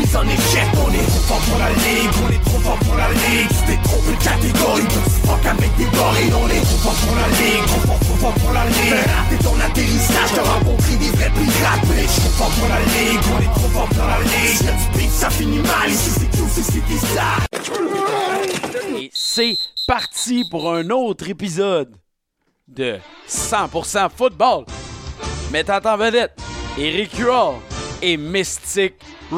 mise en échec. On est trop fort pour la ligue, on est trop fort pour la ligue. Tu t'es trompé de catégorie, tu fuck avec des gorilles. On est trop fort pour la ligue, trop fort pour la ligue. Fais rater ton atterrissage, t'as rencontré des vrais pirates. Mais je suis trop fort pour la ligue, on est trop fort pour la ligue. Si y'a du beat, ça finit mal, ici c'est tout, c'est ça. Et c'est parti pour un autre épisode de 100% football. Mettant en vedette Eric Huall et Mystic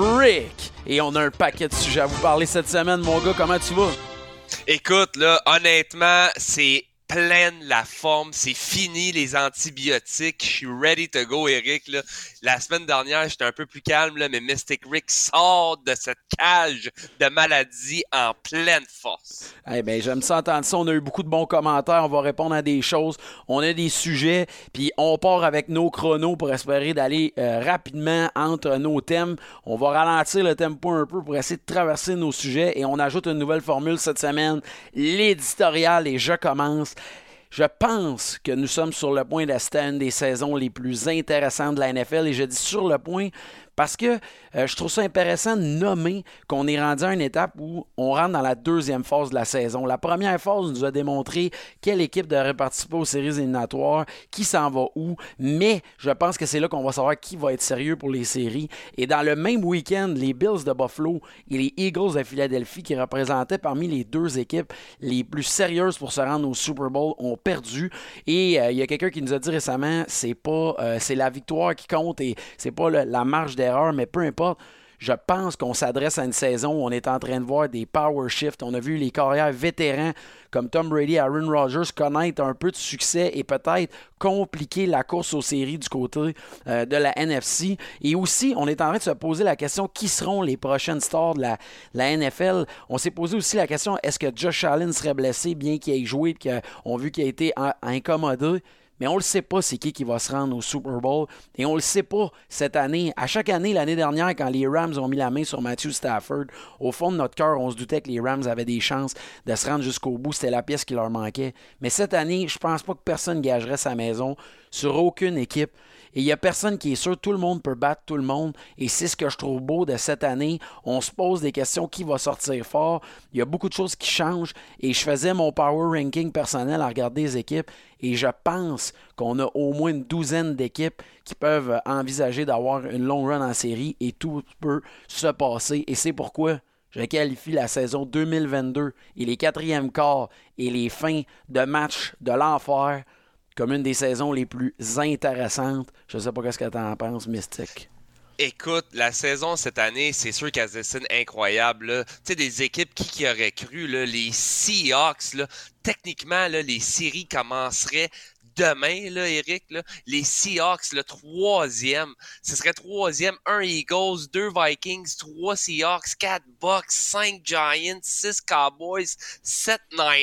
Rick. Et on a un paquet de sujets à vous parler cette semaine, mon gars. Comment tu vas? Écoute, là, honnêtement, c'est pleine la forme. C'est fini les antibiotiques. Je suis ready to go, Eric. Là. La semaine dernière, j'étais un peu plus calme, là, mais Mystic Rick sort de cette cage de maladie en pleine force. Eh bien, j'aime ça entendre ça. On a eu beaucoup de bons commentaires. On va répondre à des choses. On a des sujets. Puis on part avec nos chronos pour espérer d'aller rapidement entre nos thèmes. On va ralentir le tempo un peu pour essayer de traverser nos sujets. Et on ajoute une nouvelle formule cette semaine. L'éditorial. Et je commence. Je pense que nous sommes sur le point d'assister à une des saisons les plus intéressantes de la NFL. Et je dis sur le point parce que je trouve ça intéressant de nommer qu'on est rendu à une étape où on rentre dans la deuxième phase de la saison. La première phase nous a démontré quelle équipe devrait participer aux séries éliminatoires, qui s'en va où, mais je pense que c'est là qu'on va savoir qui va être sérieux pour les séries. Et dans le même week-end, les Bills de Buffalo et les Eagles de Philadelphie, qui représentaient parmi les deux équipes les plus sérieuses pour se rendre au Super Bowl, ont perdu. Et il y a quelqu'un qui nous a dit récemment, c'est la victoire qui compte et c'est pas la marge d'erreur, mais peu importe. Je pense qu'on s'adresse à une saison où on est en train de voir des power shifts. On a vu les carrières vétérans comme Tom Brady et Aaron Rodgers connaître un peu de succès et peut-être compliquer la course aux séries du côté de la NFC. Et aussi, on est en train de se poser la question qui seront les prochaines stars de la NFL. On s'est posé aussi la question est-ce que Josh Allen serait blessé bien qu'il ait joué et qu'on a vu qu'il a été incommodé. Mais on ne le sait pas c'est qui va se rendre au Super Bowl. Et on ne le sait pas cette année. À chaque année, l'année dernière, quand les Rams ont mis la main sur Matthew Stafford, au fond de notre cœur, on se doutait que les Rams avaient des chances de se rendre jusqu'au bout. C'était la pièce qui leur manquait. Mais cette année, je pense pas que personne gagerait sa maison sur aucune équipe. Et il n'y a personne qui est sûr, tout le monde peut battre tout le monde. Et c'est ce que je trouve beau de cette année. On se pose des questions, qui va sortir fort. Il y a beaucoup de choses qui changent. Et je faisais mon power ranking personnel à regarder les équipes. Et je pense qu'on a au moins une douzaine d'équipes qui peuvent envisager d'avoir une long run en série. Et tout peut se passer. Et c'est pourquoi je qualifie la saison 2022 et les quatrièmes quarts et les fins de match de l'enfer comme une des saisons les plus intéressantes. Je ne sais pas ce que tu en penses, Mystique. Écoute, la saison cette année, c'est sûr qu'elle se dessine incroyable. Tu sais, des équipes qui auraient cru, là, les Seahawks, là, techniquement, là, les séries commenceraient demain, là, Eric. Là, les Seahawks, le troisième. Ce serait troisième, 1 Eagles, 2 Vikings, 3 Seahawks, 4 Bucks, 5 Giants, 6 Cowboys, 7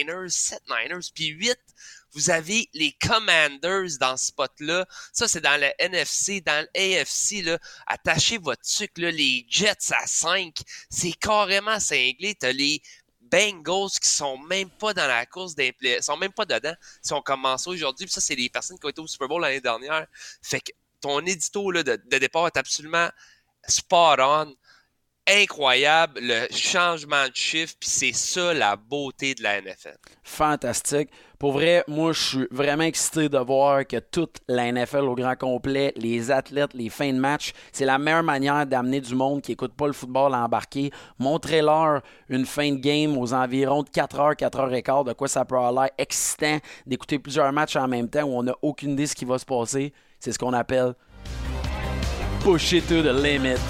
Niners, puis 8 vous avez les Commanders dans ce spot-là. Ça, c'est dans le NFC. Dans l'AFC, là, attachez votre sucre, là, les Jets à 5. C'est carrément cinglé. T'as les Bengals qui sont même pas dans la course sont même pas dedans. Si on commence aujourd'hui, puis ça, c'est les personnes qui ont été au Super Bowl l'année dernière. Fait que ton édito là, de départ est absolument spot on. Incroyable, le changement de chiffre, puis c'est ça la beauté de la NFL. Fantastique. Pour vrai, moi, je suis vraiment excité de voir que toute la NFL au grand complet, les athlètes, les fins de match, c'est la meilleure manière d'amener du monde qui n'écoute pas le football à embarquer. Montrez-leur une fin de game aux environs de 4h, 4h15, de quoi ça peut avoir l'air excitant d'écouter plusieurs matchs en même temps où on n'a aucune idée de ce qui va se passer. C'est ce qu'on appelle push it to the limit.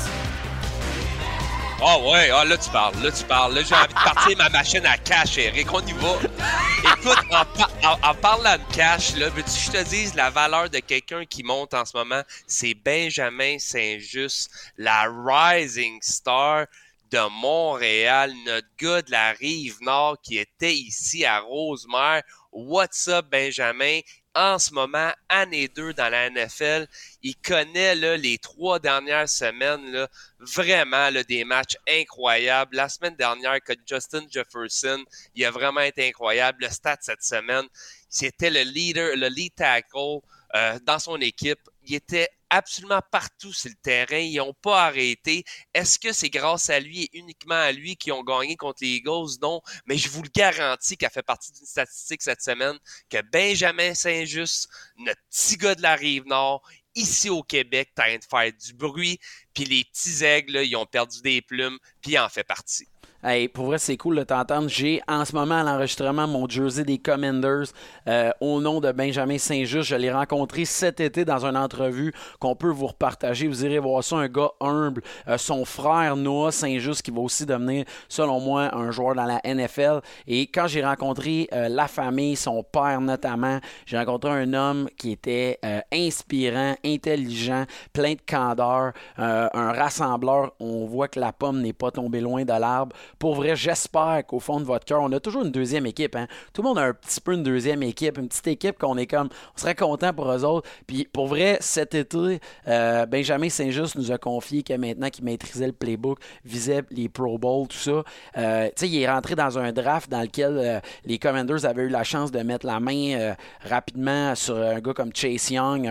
Ah ouais, là tu parles. Là, j'ai envie de partir ma machine à cash, Eric. On y va. Écoute, en parlant de cash, là, veux-tu que je te dise la valeur de quelqu'un qui monte en ce moment? C'est Benjamin Saint-Just, la rising star de Montréal, notre gars de la Rive-Nord qui était ici à Rosemère. What's up, Benjamin? En ce moment, année 2 dans la NFL, il connaît là, les 3 dernières semaines, là, vraiment là, des matchs incroyables. La semaine dernière, contre Justin Jefferson, il a vraiment été incroyable. Le stat cette semaine, c'était le lead tackle dans son équipe. il était absolument partout sur le terrain. Ils n'ont pas arrêté. Est-ce que c'est grâce à lui et uniquement à lui qu'ils ont gagné contre les Eagles? Non. Mais je vous le garantis qu'elle fait partie d'une statistique cette semaine que Benjamin Saint-Just, notre petit gars de la Rive-Nord, ici au Québec, t'as de faire du bruit. Puis les petits aigles, là, ils ont perdu des plumes. Puis il en fait partie. Hey, pour vrai, c'est cool de t'entendre. J'ai en ce moment à l'enregistrement mon jersey des Commanders au nom de Benjamin Saint-Just. Je l'ai rencontré cet été dans une entrevue qu'on peut vous repartager. Vous irez voir ça, un gars humble. Son frère Noah Saint-Just qui va aussi devenir, selon moi, un joueur dans la NFL. Et quand j'ai rencontré la famille, son père notamment, j'ai rencontré un homme qui était inspirant, intelligent, plein de candeur, un rassembleur. On voit que la pomme n'est pas tombée loin de l'arbre. Pour vrai, j'espère qu'au fond de votre cœur, on a toujours une deuxième équipe. Hein? Tout le monde a un petit peu une deuxième équipe, une petite équipe qu'on est comme, on serait content pour eux autres. Puis pour vrai, cet été, Benjamin Saint-Just nous a confié que maintenant qu'il maîtrisait le playbook, visait les Pro Bowl, tout ça. Tu sais, il est rentré dans un draft dans lequel les Commanders avaient eu la chance de mettre la main rapidement sur un gars comme Chase Young,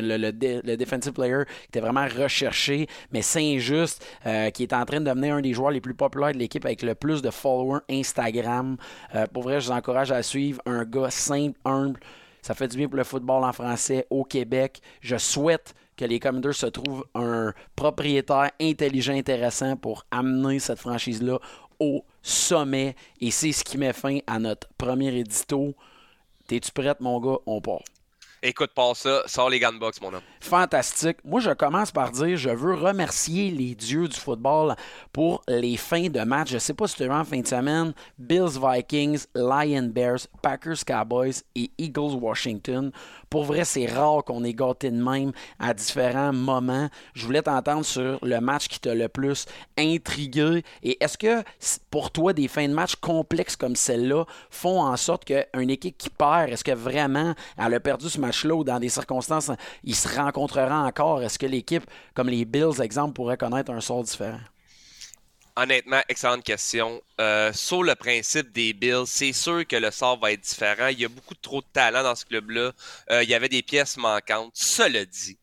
le defensive player qui était vraiment recherché. Mais Saint-Just, qui est en train de devenir un des joueurs les plus populaires de l'équipe avec le plus de followers Instagram. Pour vrai, je vous encourage à suivre un gars simple, humble. Ça fait du bien pour le football en français au Québec. Je souhaite que les Commanders se trouvent un propriétaire intelligent, intéressant pour amener cette franchise-là au sommet. Et c'est ce qui met fin à notre premier édito. T'es-tu prête, mon gars? On part. Écoute, pas ça, sors les gants de boxe, mon homme. Fantastique. Moi, je commence par dire, je veux remercier les dieux du football pour les fins de match. Je ne sais pas si tu as vu en fin de semaine, Bills Vikings, Lions Bears, Packers Cowboys et Eagles Washington. Pour vrai, c'est rare qu'on ait gâté de même à différents moments. Je voulais t'entendre sur le match qui t'a le plus intrigué. Et est-ce que, pour toi, des fins de match complexes comme celle-là font en sorte qu'une équipe qui perd, est-ce que vraiment elle a perdu ce match-là ou dans des circonstances, il se rencontrera encore? Est-ce que l'équipe, comme les Bills, exemple, pourrait connaître un sort différent? Honnêtement, excellente question. Sur le principe des Bills, c'est sûr que le sort va être différent. Il y a beaucoup trop de talent dans ce club-là. Il y avait des pièces manquantes. Cela dit,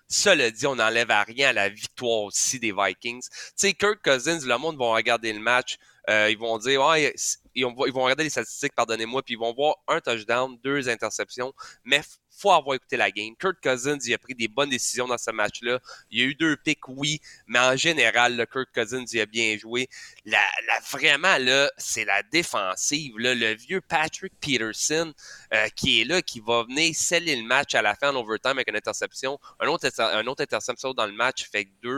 on n'enlève à rien à la victoire aussi des Vikings. Tu sais, Kirk Cousins, le monde va regarder le match. Ils vont dire, ils vont regarder les statistiques, pardonnez-moi, puis ils vont voir un touchdown, 2 interceptions. Mais faut avoir écouté la game. Kirk Cousins, il a pris des bonnes décisions dans ce match-là. Il y a eu 2 picks, oui, mais en général, le Kirk Cousins, il a bien joué. Vraiment, là, c'est la défensive. Là, le vieux Patrick Peterson qui est là, qui va venir sceller le match à la fin en overtime avec une interception. Un autre interception dans le match, fait que 2.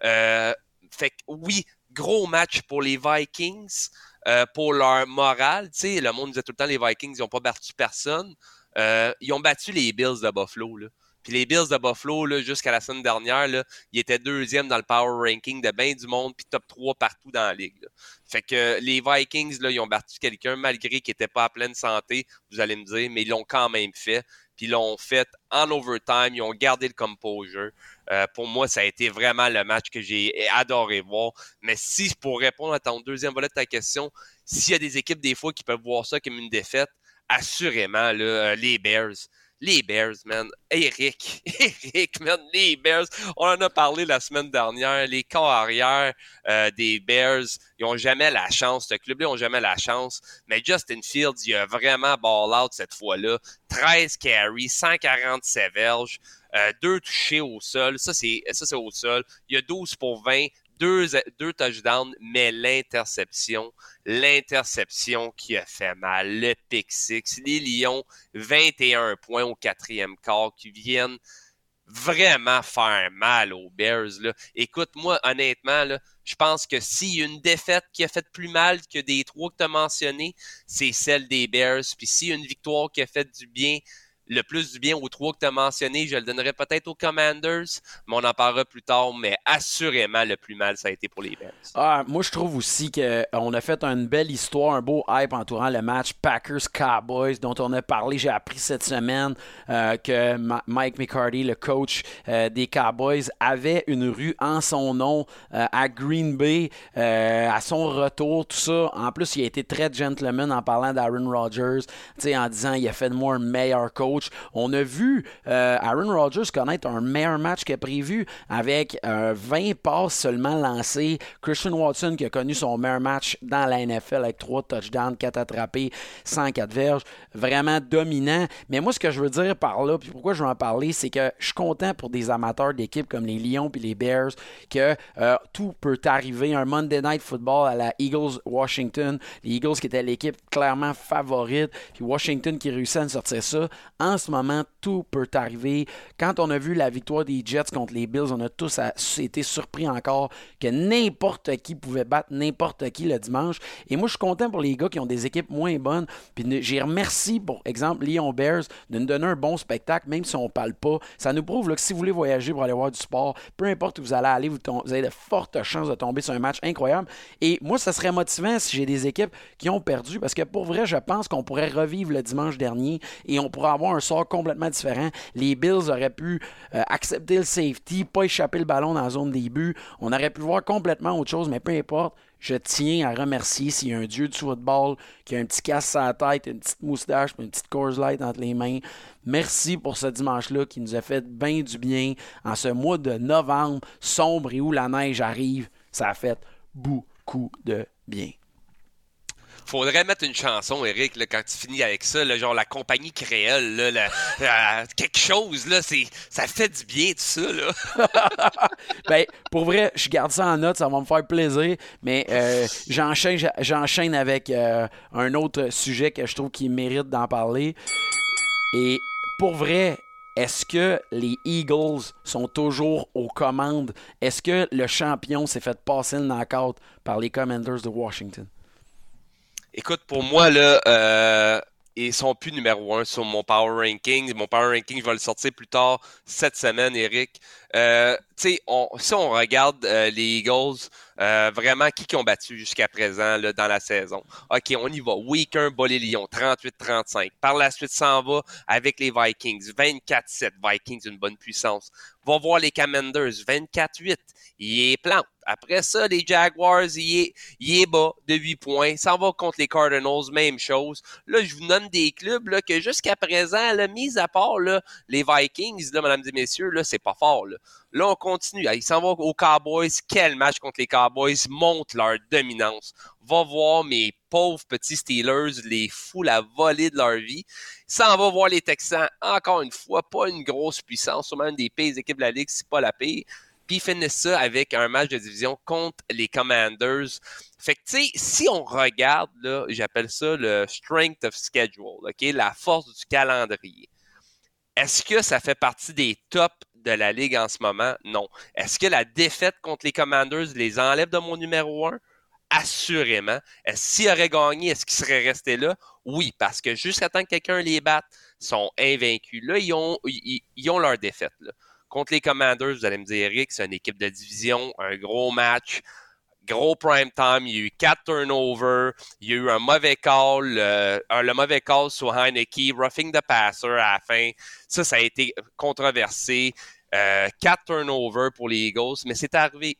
Fait que oui, gros match pour les Vikings, pour leur morale. Tu sais, le monde disait tout le temps, les Vikings, ils n'ont pas battu personne. Ils ont battu les Bills de Buffalo. Là. Puis les Bills de Buffalo, là, jusqu'à la semaine dernière, là, ils étaient 2e dans le power ranking de bien du monde, puis top 3 partout dans la ligue. Là. Fait que les Vikings, là, ils ont battu quelqu'un malgré qu'ils n'étaient pas à pleine santé, vous allez me dire, mais ils l'ont quand même fait. Puis ils l'ont fait en overtime, ils ont gardé le composure. Pour moi, ça a été vraiment le match que j'ai adoré voir. Mais si, pour répondre à ton deuxième volet de ta question, s'il y a des équipes, des fois, qui peuvent voir ça comme une défaite, assurément, là, les Bears. Les Bears, man. Eric, man, les Bears. On en a parlé la semaine dernière. Les corps arrière des Bears, ils n'ont jamais la chance. Ce club-là, ils n'ont jamais la chance. Mais Justin Fields, il a vraiment ball out cette fois-là. 13 carries, 147 verges, 2 touchés au sol. Ça, c'est au sol. Il y a 12 pour 20. Deux touchdowns, mais l'interception qui a fait mal, le pick six, les Lions, 21 points au 4e quart qui viennent vraiment faire mal aux Bears. Là. Écoute, moi, honnêtement, là, je pense que s'il y a une défaite qui a fait plus mal que des 3 que tu as mentionnées, c'est celle des Bears. Puis s'il y a une victoire qui a fait du bien, le plus du bien aux 3 que tu as mentionnés, je le donnerais peut-être aux Commanders, mais on en parlera plus tard, mais assurément, le plus mal, ça a été pour les Bears. Moi, je trouve aussi qu'on a fait une belle histoire, un beau hype entourant le match Packers-Cowboys dont on a parlé, j'ai appris cette semaine que Mike McCarthy, le coach des Cowboys, avait une rue en son nom à Green Bay à son retour, tout ça. En plus, il a été très gentleman en parlant d'Aaron Rodgers, en disant il a fait de moi un meilleur coach. coach. On a vu Aaron Rodgers connaître un meilleur match que prévu avec 20 passes seulement lancées. Christian Watson qui a connu son meilleur match dans la NFL avec 3 touchdowns, 4 attrapés, 104 verges. Vraiment dominant. Mais moi, ce que je veux dire par là, puis pourquoi je veux en parler, c'est que je suis content pour des amateurs d'équipes comme les Lions puis les Bears que tout peut arriver. Un Monday Night Football à la Eagles-Washington. Les Eagles qui étaient l'équipe clairement favorite, puis Washington qui réussit à nous sortir ça. En ce moment, tout peut arriver. Quand on a vu la victoire des Jets contre les Bills, on a tous été surpris encore que n'importe qui pouvait battre n'importe qui le dimanche. Et moi, je suis content pour les gars qui ont des équipes moins bonnes. Puis j'ai remercié, pour exemple, Lyon Bears de nous donner un bon spectacle, même si on ne parle pas. Ça nous prouve là, que si vous voulez voyager pour aller voir du sport, peu importe où vous allez aller, vous avez de fortes chances de tomber sur un match incroyable. Et moi, ça serait motivant si j'ai des équipes qui ont perdu, parce que pour vrai, je pense qu'on pourrait revivre le dimanche dernier et on pourrait avoir un sort complètement différent. Les Bills auraient pu accepter le safety, pas échapper le ballon dans la zone des buts. On aurait pu voir complètement autre chose, mais peu importe. Je tiens à remercier s'il y a un dieu du football qui a un petit casse sur la tête, une petite moustache, une petite Coors Light entre les mains. Merci pour ce dimanche-là qui nous a fait bien du bien en ce mois de novembre sombre et où la neige arrive. Ça a fait beaucoup de bien. Faudrait mettre une chanson, Eric, là, quand tu finis avec ça, là, genre la compagnie créole, là, quelque chose, là, ça fait du bien tout ça. Là. Ben, pour vrai, je garde ça en note, ça va me faire plaisir, mais j'enchaîne avec un autre sujet que je trouve qu'il mérite d'en parler. Et pour vrai, est-ce que les Eagles sont toujours aux commandes? Est-ce que le champion s'est fait passer le knock-out par les Commanders de Washington? Écoute, pour moi, là, ils sont plus numéro 1 sur mon Power Ranking. Mon Power Ranking, je vais le sortir plus tard cette semaine, Eric. Tu sais, si on regarde les Eagles, vraiment, qui ont battu jusqu'à présent là, dans la saison? OK, on y va. Week 1, bat les Lions, 38-35. Par la suite, s'en va avec les Vikings, 24-7. Vikings, une bonne puissance. Va voir les Commanders, 24-8. Il est plante. Après ça, les Jaguars, il est bas de 8 points. S'en va contre les Cardinals, même chose. Là, je vous nomme des clubs là, que jusqu'à présent, là, mis à part là, les Vikings, là, mesdames et messieurs, là, c'est pas fort. Là, on continue. Il s'en va aux Cowboys. Quel match contre les Cowboys montre leur dominance. Va voir mes pauvres petits Steelers, les fous, la volée de leur vie. S'en va voir les Texans. Encore une fois, pas une grosse puissance. Sûrement une des pires équipes de la Ligue, c'est pas la pire. Puis ils finissent ça avec un match de division contre les Commanders. Fait que, tu sais, si on regarde, là, j'appelle ça le strength of schedule, OK? La force du calendrier. Est-ce que ça fait partie des tops de la Ligue en ce moment? Non. Est-ce que la défaite contre les Commanders les enlève de mon numéro 1? Assurément. S'ils auraient gagné, est-ce qu'ils seraient restés là? Oui, parce que jusqu'à temps que quelqu'un les batte, ils sont invaincus. Là, ils ont leur défaite, là. Contre les Commanders, vous allez me dire, Eric, c'est une équipe de division, un gros match, gros prime time, il y a eu 4 turnovers, il y a eu un mauvais call, le mauvais call sur Heineke, roughing the passer à la fin. Ça a été controversé. 4 turnovers pour les Eagles, mais c'est arrivé,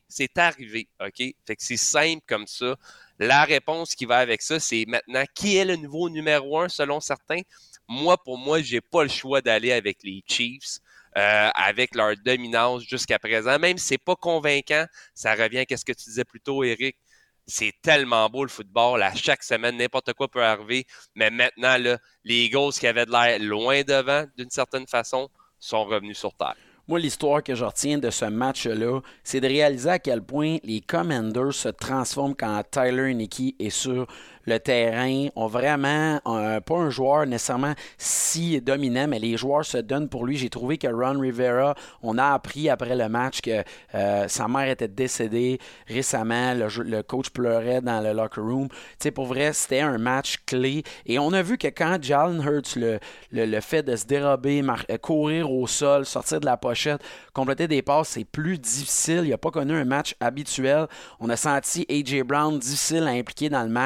OK? Fait que c'est simple comme ça. La réponse qui va avec ça, c'est maintenant, qui est le nouveau numéro 1 selon certains? Pour moi, j'ai pas le choix d'aller avec les Chiefs. Avec leur dominance jusqu'à présent. Même si c'est pas convaincant, ça revient à ce que tu disais plus tôt, Eric. C'est tellement beau le football. À chaque semaine, n'importe quoi peut arriver. Mais maintenant, là, les Eagles qui avaient de l'air loin devant, d'une certaine façon, sont revenus sur terre. Moi, l'histoire que je retiens de ce match-là, c'est de réaliser à quel point les Commanders se transforment quand Tyler Heineke est sur le terrain. Ont vraiment pas un joueur nécessairement si dominant, mais les joueurs se donnent pour lui. J'ai trouvé que Ron Rivera, on a appris après le match que sa mère était décédée récemment. Le coach pleurait dans le locker room. Tu sais, pour vrai, c'était un match clé. Et on a vu que quand Jalen Hurts, le fait de se dérober, courir au sol, sortir de la pochette, compléter des passes, c'est plus difficile. Il n'a pas connu un match habituel. On a senti A.J. Brown difficile à impliquer dans le match.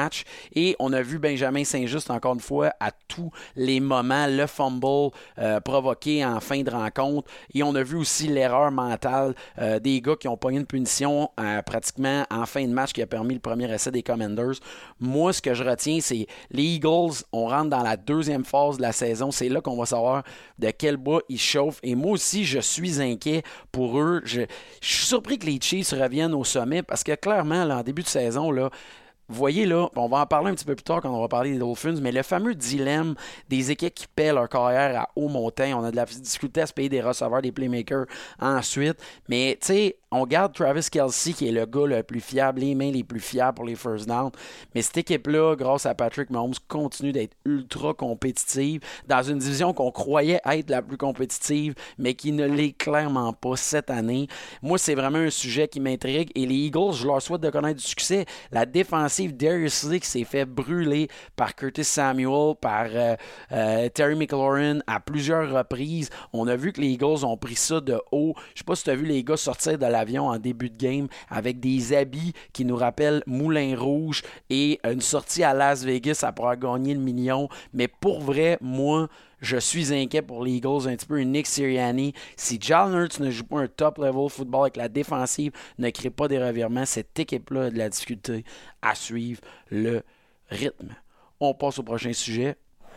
Et on a vu Benjamin Saint-Just, encore une fois, à tous les moments, le fumble provoqué en fin de rencontre. Et on a vu aussi l'erreur mentale des gars qui ont pogné une punition pratiquement en fin de match qui a permis le premier essai des Commanders. Moi, ce que je retiens, c'est les Eagles, on rentre dans la deuxième phase de la saison. C'est là qu'on va savoir de quel bois ils chauffent. Et moi aussi, je suis inquiet pour eux. Je suis surpris que les Chiefs reviennent au sommet parce que clairement, là, en début de saison, là, vous voyez là, on va en parler un petit peu plus tard quand on va parler des Dolphins, mais le fameux dilemme des équipes qui paient leur carrière à haut montant, on a de la difficulté à se payer des receveurs, des playmakers ensuite, mais tu sais, on garde Travis Kelce qui est le gars le plus fiable, les mains les plus fiables pour les first downs, mais cette équipe-là, grâce à Patrick Mahomes, continue d'être ultra compétitive dans une division qu'on croyait être la plus compétitive, mais qui ne l'est clairement pas cette année. Moi, c'est vraiment un sujet qui m'intrigue et les Eagles, je leur souhaite de connaître du succès. La défensive Darius Lee qui s'est fait brûler par Curtis Samuel, par Terry McLaurin à plusieurs reprises. On a vu que les Eagles ont pris ça de haut. Je sais pas si tu as vu les gars sortir de l'avion en début de game avec des habits qui nous rappellent Moulin Rouge et une sortie à Las Vegas après avoir gagné le million. Mais pour vrai, moi, je suis inquiet pour les Eagles, un petit peu une Nick Sirianni. Si Jalen Hurts ne joue pas un top-level football avec la défensive, ne crée pas des revirements, cette équipe-là a de la difficulté à suivre le rythme. On passe au prochain sujet.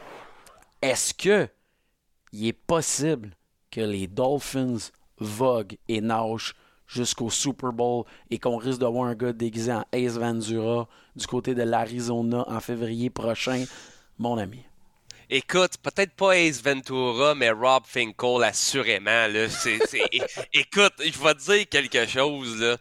Est-ce qu'il est possible que les Dolphins voguent et nagent jusqu'au Super Bowl et qu'on risque de voir un gars déguisé en Ace Ventura du côté de l'Arizona en février prochain? Mon ami. Écoute, peut-être pas Ace Ventura, mais Rob Finkel, assurément. Là. Écoute, je vais te dire quelque chose. Là.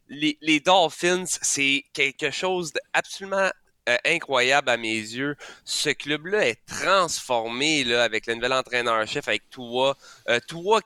Les Dolphins, c'est quelque chose d'absolument incroyable à mes yeux. Ce club-là est transformé là, avec le nouvel entraîneur-chef, avec Tua. Tua,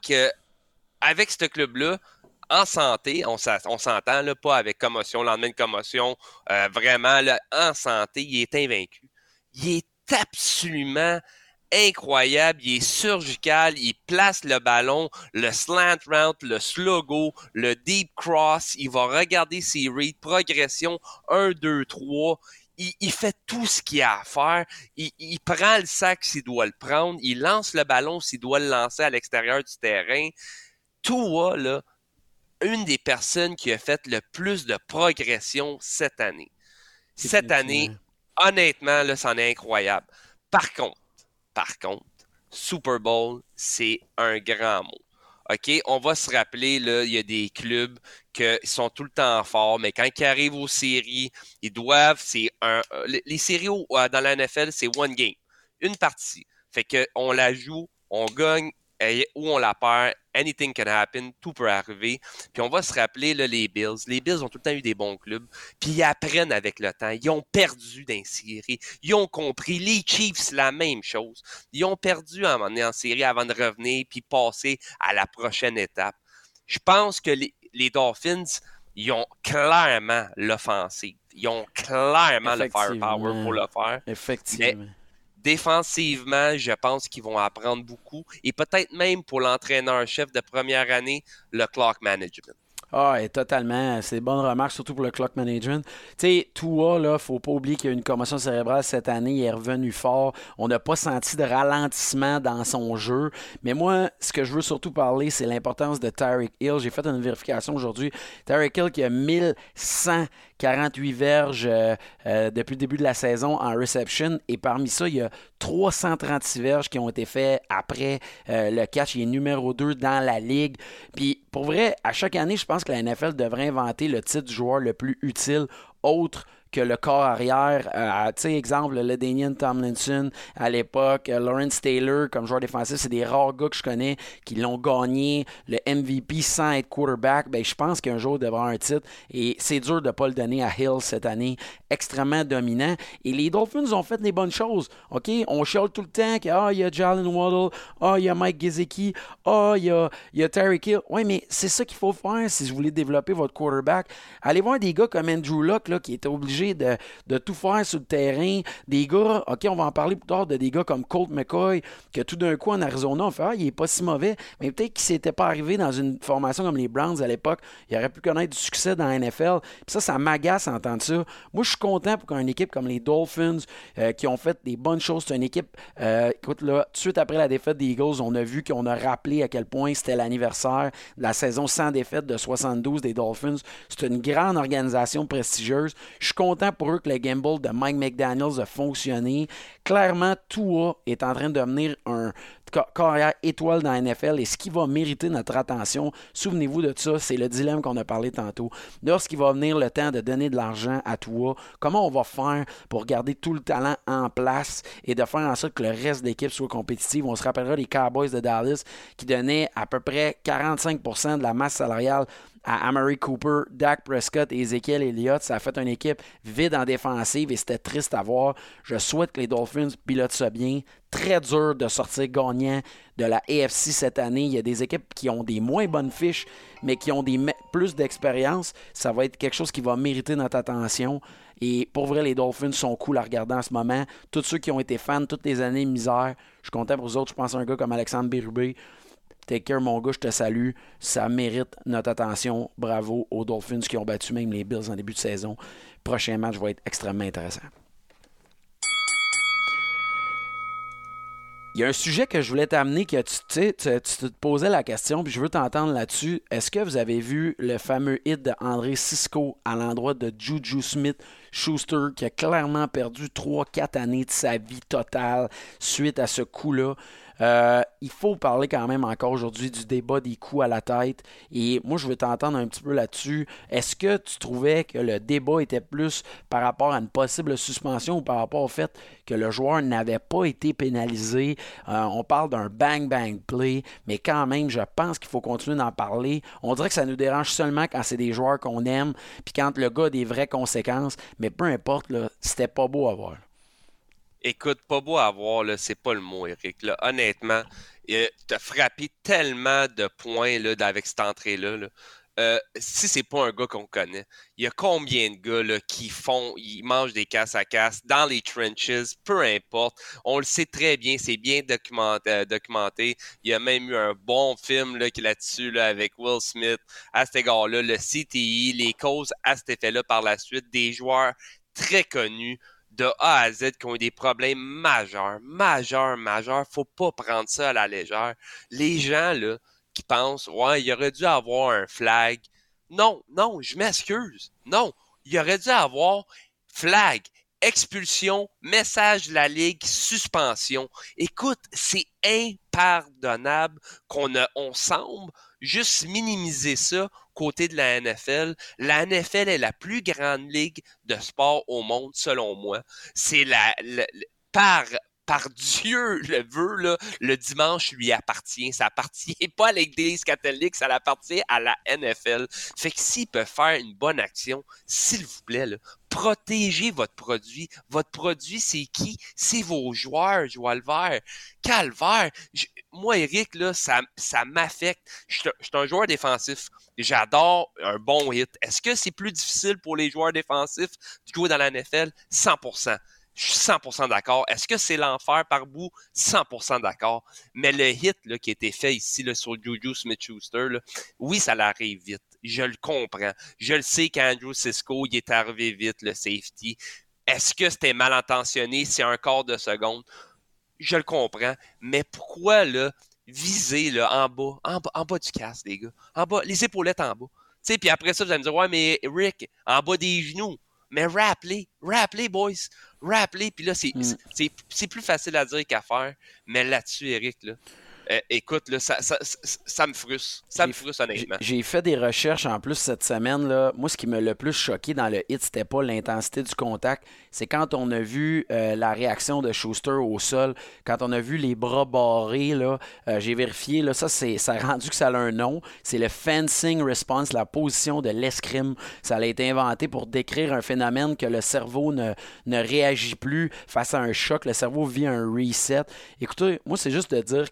avec ce club-là, en santé, on s'entend, là, pas avec commotion, lendemain de commotion, vraiment, là, en santé, il est invaincu. Il est absolument incroyable, il est surgical, il place le ballon, le slant route, le slow go, le deep cross, il va regarder ses reads, progression 1, 2, 3, il fait tout ce qu'il a à faire, il prend le sac s'il doit le prendre, il lance le ballon s'il doit le lancer à l'extérieur du terrain. Tua, là, une des personnes qui a fait le plus de progression cette année. Cette année, honnêtement, là, c'en est incroyable. Par contre, Super Bowl, c'est un grand mot. OK, on va se rappeler, là, il y a des clubs qui sont tout le temps forts, mais quand ils arrivent aux séries, ils doivent, les séries dans la NFL, c'est one game, une partie. Fait qu'on la joue, on gagne ou on la perd, anything can happen, tout peut arriver. Puis on va se rappeler là, les Bills. Les Bills ont tout le temps eu des bons clubs, puis ils apprennent avec le temps. Ils ont perdu dans les séries. Ils ont compris. Les Chiefs, la même chose. Ils ont perdu à un moment donné en série avant de revenir puis passer à la prochaine étape. Je pense que les Dolphins, ils ont clairement l'offensive. Ils ont clairement le firepower pour le faire. Effectivement. Mais défensivement, je pense qu'ils vont apprendre beaucoup. Et peut-être même pour l'entraîneur-chef de première année, le clock management. Ah, et totalement. C'est une bonne remarque, surtout pour le clock management. Tu sais, Tua, là, faut pas oublier qu'il y a eu une commotion cérébrale cette année. Il est revenu fort. On n'a pas senti de ralentissement dans son jeu. Mais moi, ce que je veux surtout parler, c'est l'importance de Tyreek Hill. J'ai fait une vérification aujourd'hui. Tyreek Hill qui a 1148 verges depuis le début de la saison en reception. Et parmi ça, il y a 336 verges qui ont été faits après le catch. Il est numéro 2 dans la ligue. Puis, pour vrai, à chaque année, je pense que la NFL devrait inventer le titre du joueur le plus utile autre que le corps arrière. Tu sais, exemple, le Daniel Tomlinson à l'époque, Lawrence Taylor comme joueur défensif, c'est des rares gars que je connais qui l'ont gagné, le MVP sans être quarterback. Ben, je pense qu'un jour, il devra avoir un titre et c'est dur de ne pas le donner à Hill cette année. Extrêmement dominant. Et les Dolphins ont fait des bonnes choses. OK? On chiale tout le temps qu'il y a Jalen Waddle, il y a Mike Gesicki, il y a Tyreek Hill. Oui, mais c'est ça qu'il faut faire si vous voulez développer votre quarterback. Allez voir des gars comme Andrew Luck là, qui était obligé obligé de tout faire sur le terrain. Des gars, OK, on va en parler plus tard, de des gars comme Colt McCoy, que tout d'un coup, en Arizona, on fait « Ah, il est pas si mauvais », mais peut-être qu'il s'était pas arrivé dans une formation comme les Browns à l'époque. Il aurait pu connaître du succès dans la NFL. Puis ça m'agace à entendre ça. Moi, je suis content pour qu'une équipe comme les Dolphins, qui ont fait des bonnes choses, c'est une équipe, écoute, là, tout de suite après la défaite des Eagles, on a vu qu'on a rappelé à quel point c'était l'anniversaire de la saison sans défaite de 72 des Dolphins. C'est une grande organisation prestigieuse. Je suis content pour eux que le gamble de Mike McDaniels a fonctionné. Clairement, Tua est en train de devenir un carrière étoile dans la NFL et ce qui va mériter notre attention, souvenez-vous de ça, c'est le dilemme qu'on a parlé tantôt. Lorsqu'il va venir le temps de donner de l'argent à Tua, comment on va faire pour garder tout le talent en place et de faire en sorte que le reste de l'équipe soit compétitive? On se rappellera des Cowboys de Dallas qui donnaient à peu près 45% de la masse salariale à Amari Cooper, Dak Prescott et Ezekiel Elliott. Ça a fait une équipe vide en défensive et c'était triste à voir. Je souhaite que les Dolphins pilotent ça bien. Très dur de sortir gagnant de la AFC cette année. Il y a des équipes qui ont des moins bonnes fiches, mais qui ont plus d'expérience. Ça va être quelque chose qui va mériter notre attention. Et pour vrai, les Dolphins sont cool à regarder en ce moment. Tous ceux qui ont été fans toutes les années misère, je suis content pour vous autres. Je pense à un gars comme Alexandre Bérubé. Take care, mon gars, je te salue. Ça mérite notre attention. Bravo aux Dolphins qui ont battu même les Bills en début de saison. Prochain match va être extrêmement intéressant. Il y a un sujet que je voulais t'amener, que tu te posais la question, puis je veux t'entendre là-dessus. Est-ce que vous avez vu le fameux hit de André Cisco à l'endroit de Juju Smith-Schuster, qui a clairement perdu 3-4 années de sa vie totale suite à ce coup-là? Il faut parler quand même encore aujourd'hui du débat des coups à la tête. Et moi, je veux t'entendre un petit peu là-dessus. Est-ce que tu trouvais que le débat était plus par rapport à une possible suspension ou par rapport au fait que le joueur n'avait pas été pénalisé? On parle d'un bang-bang play, mais quand même, je pense qu'il faut continuer d'en parler. On dirait que ça nous dérange seulement quand c'est des joueurs qu'on aime, puis quand le gars a des vraies conséquences. Mais peu importe, là, c'était pas beau à voir. Écoute, pas beau à voir, là, c'est pas le mot, Eric. Là. Honnêtement, t'as frappé tellement de points là, avec cette entrée-là. Là. Si c'est pas un gars qu'on connaît, il y a combien de gars là, ils mangent des casses à casse dans les trenches, peu importe. On le sait très bien, c'est bien documenté. Il y a même eu un bon film là-dessus là, avec Will Smith à cet égard-là, le CTI, les causes à cet effet-là par la suite, des joueurs très connus de A à Z qui ont eu des problèmes majeurs. Faut pas prendre ça à la légère. Les gens, là, qui pensent, ouais, il aurait dû avoir un flag. Non, je m'excuse. Non, il aurait dû avoir flag, expulsion, message de la Ligue, suspension. Écoute, c'est impardonnable on semble juste minimiser ça côté de la NFL. La NFL est la plus grande ligue de sport au monde, selon moi. C'est par Dieu le veut, là, le dimanche lui appartient. Ça appartient pas à l'Église catholique, ça appartient à la NFL. Fait que s'ils peuvent faire une bonne action, s'il vous plaît, là, protégez votre produit. Votre produit, c'est qui? C'est vos joueurs, Joël Vert. Calvaire. Moi, Eric, là, ça m'affecte. Je suis un joueur défensif. J'adore un bon hit. Est-ce que c'est plus difficile pour les joueurs défensifs de jouer dans la NFL? 100%. Je suis 100% d'accord. Est-ce que c'est l'enfer par bout? 100% d'accord. Mais le hit là, qui a été fait ici là, sur Juju Smith-Schuster, là, oui, ça l'arrive vite. Je le comprends. Je le sais qu'Andrew Cisco, il est arrivé vite, le safety. Est-ce que c'était mal intentionné? C'est un quart de seconde. Je le comprends. Mais pourquoi là, viser là, en bas du casque, les gars? En bas, les épaulettes en bas. Puis après ça, vous allez me dire, ouais, mais Rick, en bas des genoux. Mais rappelez, boys. Rappelez, puis là, c'est plus facile à dire qu'à faire. Mais là-dessus, Eric, là, écoute, là, ça me frustre. Ça me frustre, honnêtement. J'ai fait des recherches en plus cette semaine. Là. Moi, ce qui m'a le plus choqué dans le hit, c'était pas l'intensité du contact. C'est quand on a vu la réaction de Schuster au sol, quand on a vu les bras barrés, là, j'ai vérifié, là, ça a rendu que ça a un nom. C'est le fencing response, la position de l'escrime. Ça a été inventé pour décrire un phénomène que le cerveau ne réagit plus face à un choc. Le cerveau vit un reset. Écoutez, moi, c'est juste de dire que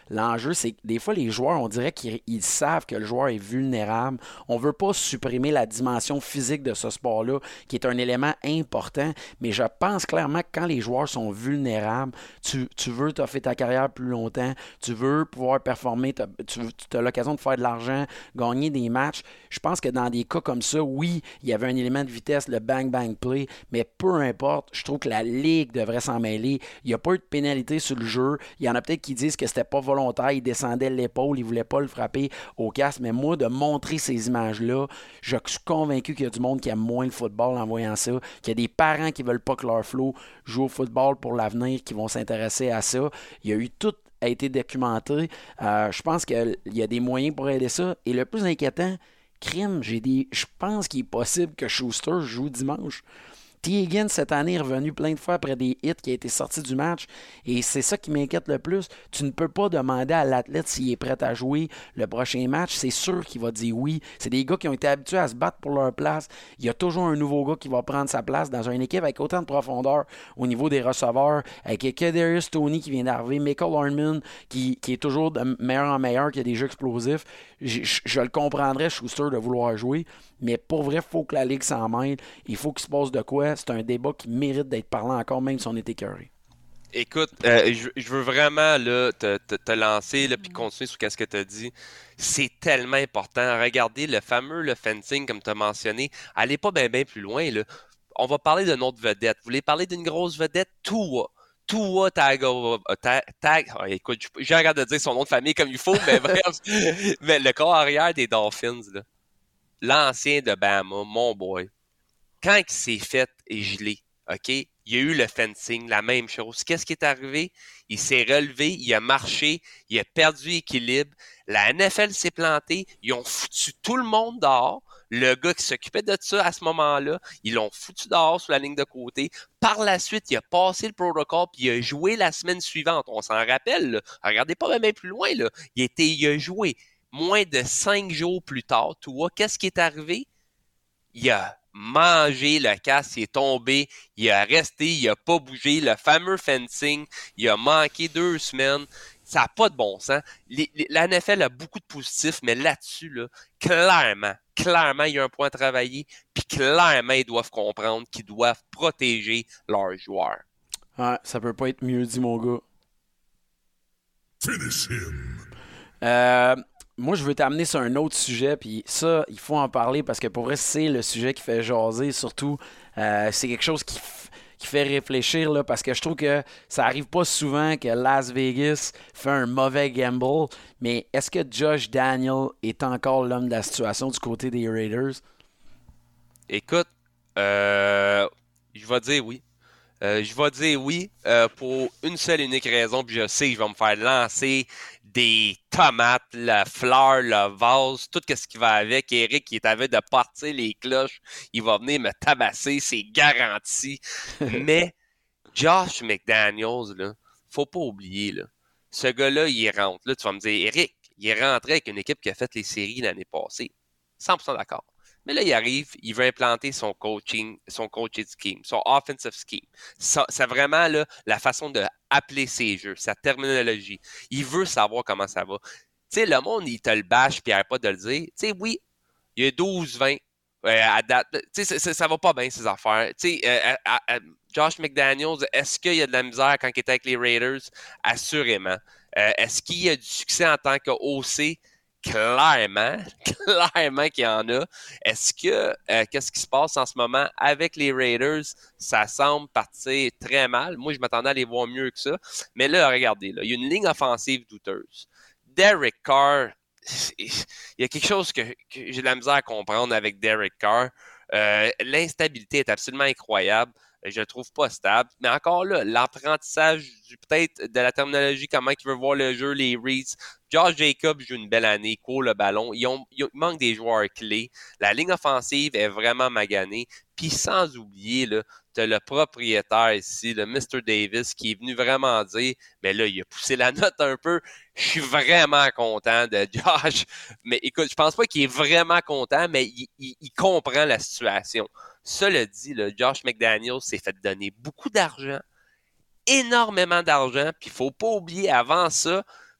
L'enjeu, c'est que des fois, les joueurs, on dirait qu'ils savent que le joueur est vulnérable. On veut pas supprimer la dimension physique de ce sport-là, qui est un élément important, mais je pense clairement que quand les joueurs sont vulnérables, tu veux t'offrir ta carrière plus longtemps, tu veux pouvoir performer, tu as l'occasion de faire de l'argent, gagner des matchs. Je pense que dans des cas comme ça, oui, il y avait un élément de vitesse, le bang-bang play, mais peu importe, je trouve que la Ligue devrait s'en mêler. Il n'y a pas eu de pénalité sur le jeu. Il y en a peut-être qui disent que c'était pas volontaire, il descendait l'épaule, il voulait pas le frapper au casque, mais moi, de montrer ces images-là, je suis convaincu qu'il y a du monde qui aime moins le football en voyant ça, qu'il y a des parents qui veulent pas que leur flow joue au football pour l'avenir, qui vont s'intéresser à ça. Il y a eu tout a été documenté. Je pense qu'il y a des moyens pour aider ça. Et le plus inquiétant, crime, je pense qu'il est possible que Schuster joue dimanche. T. Higgins, cette année, est revenu plein de fois après des hits qui a été sorti du match. Et c'est ça qui m'inquiète le plus. Tu ne peux pas demander à l'athlète s'il est prêt à jouer le prochain match. C'est sûr qu'il va dire oui. C'est des gars qui ont été habitués à se battre pour leur place. Il y a toujours un nouveau gars qui va prendre sa place dans une équipe avec autant de profondeur au niveau des receveurs. Avec Kadarius Toney qui vient d'arriver, Michael Hardman qui est toujours de meilleur en meilleur, qui a des jeux explosifs. Je le comprendrais, Schuster, de vouloir jouer. Mais pour vrai, il faut que la Ligue s'en mêle. Il faut qu'il se passe de quoi. C'est un débat qui mérite d'être parlé encore, même si on est écœuré. Écoute, je veux vraiment là, te lancer puis continuer sur ce que tu as dit. C'est tellement important. Regardez le fencing, comme tu as mentionné. Allez pas bien plus loin. Là. On va parler d'une autre vedette. Vous voulez parler d'une grosse vedette? Tua écoute, j'ai regardé de dire son nom de famille comme il faut, mais bref. Mais le corps arrière des Dolphins, là, l'ancien de Bama, mon boy, quand il s'est fait et gelé, OK, il y a eu le fencing, la même chose. Qu'est-ce qui est arrivé? Il s'est relevé, il a marché, il a perdu équilibre. La NFL s'est plantée, ils ont foutu tout le monde dehors. Le gars qui s'occupait de ça à ce moment-là, ils l'ont foutu dehors sur la ligne de côté. Par la suite, il a passé le protocole puis il a joué la semaine suivante. On s'en rappelle, là. Regardez pas même plus loin, là. Il a joué moins de 5 jours plus tard. Tu vois, qu'est-ce qui est arrivé? Il a mangé le casque, il est tombé, il a resté, il a pas bougé. Le fameux fencing, il a manqué 2 semaines. Ça n'a pas de bon sens. La NFL a beaucoup de positifs, mais là-dessus, là, clairement, il y a un point à travailler. Puis clairement, ils doivent comprendre qu'ils doivent protéger leurs joueurs. Ouais, ça peut pas être mieux dit, mon gars. Finish him. Moi, je veux t'amener sur un autre sujet, puis ça, il faut en parler parce que pour vrai, c'est le sujet qui fait jaser. Surtout, c'est quelque chose qui fait réfléchir, là, parce que je trouve que ça arrive pas souvent que Las Vegas fait un mauvais gamble. Mais est-ce que Josh Daniel est encore l'homme de la situation du côté des Raiders? Écoute, je vais dire oui. Pour une seule et unique raison, puis je sais que je vais me faire lancer des tomates, la fleur, le vase, tout ce qui va avec. Eric, qui est avec de partir les cloches, il va venir me tabasser, c'est garanti. Mais Josh McDaniels, là, faut pas oublier, là, ce gars-là, il rentre. Là, tu vas me dire, Eric, il est rentré avec une équipe qui a fait les séries l'année passée. 100% d'accord. Mais là, il arrive, il veut implanter son coaching scheme, son offensive scheme. C'est vraiment là, la façon de appeler ses jeux, sa terminologie. Il veut savoir comment ça va. Tu sais, le monde, il te le bâche puis il n'arrête pas de le dire. Tu sais, oui, il y a 12-20 à date. Tu sais, ça va pas bien, ces affaires. Tu sais, Josh McDaniels, est-ce qu'il y a de la misère quand il était avec les Raiders? Assurément. Est-ce qu'il y a du succès en tant qu'OC? Clairement qu'il y en a. Est-ce que, qu'est-ce qui se passe en ce moment avec les Raiders? Ça semble partir très mal. Moi, je m'attendais à les voir mieux que ça. Mais là, regardez, là, il y a une ligne offensive douteuse. Derek Carr, il y a quelque chose que j'ai de la misère à comprendre avec Derek Carr. L'instabilité est absolument incroyable. Je le trouve pas stable. Mais encore là, l'apprentissage peut-être de la terminologie, comment il veut voir le jeu, les reads. Josh Jacobs joue une belle année, court le ballon. Il manque des joueurs clés. La ligne offensive est vraiment maganée. Puis sans oublier, là, tu as le propriétaire ici, le Mr. Davis, qui est venu vraiment dire, mais là, il a poussé la note un peu. Je suis vraiment content de Josh. Mais écoute, je pense pas qu'il est vraiment content, mais il comprend la situation. Cela dit, là, Josh McDaniels s'est fait donner beaucoup d'argent, énormément d'argent, puis il ne faut pas oublier, avant ça,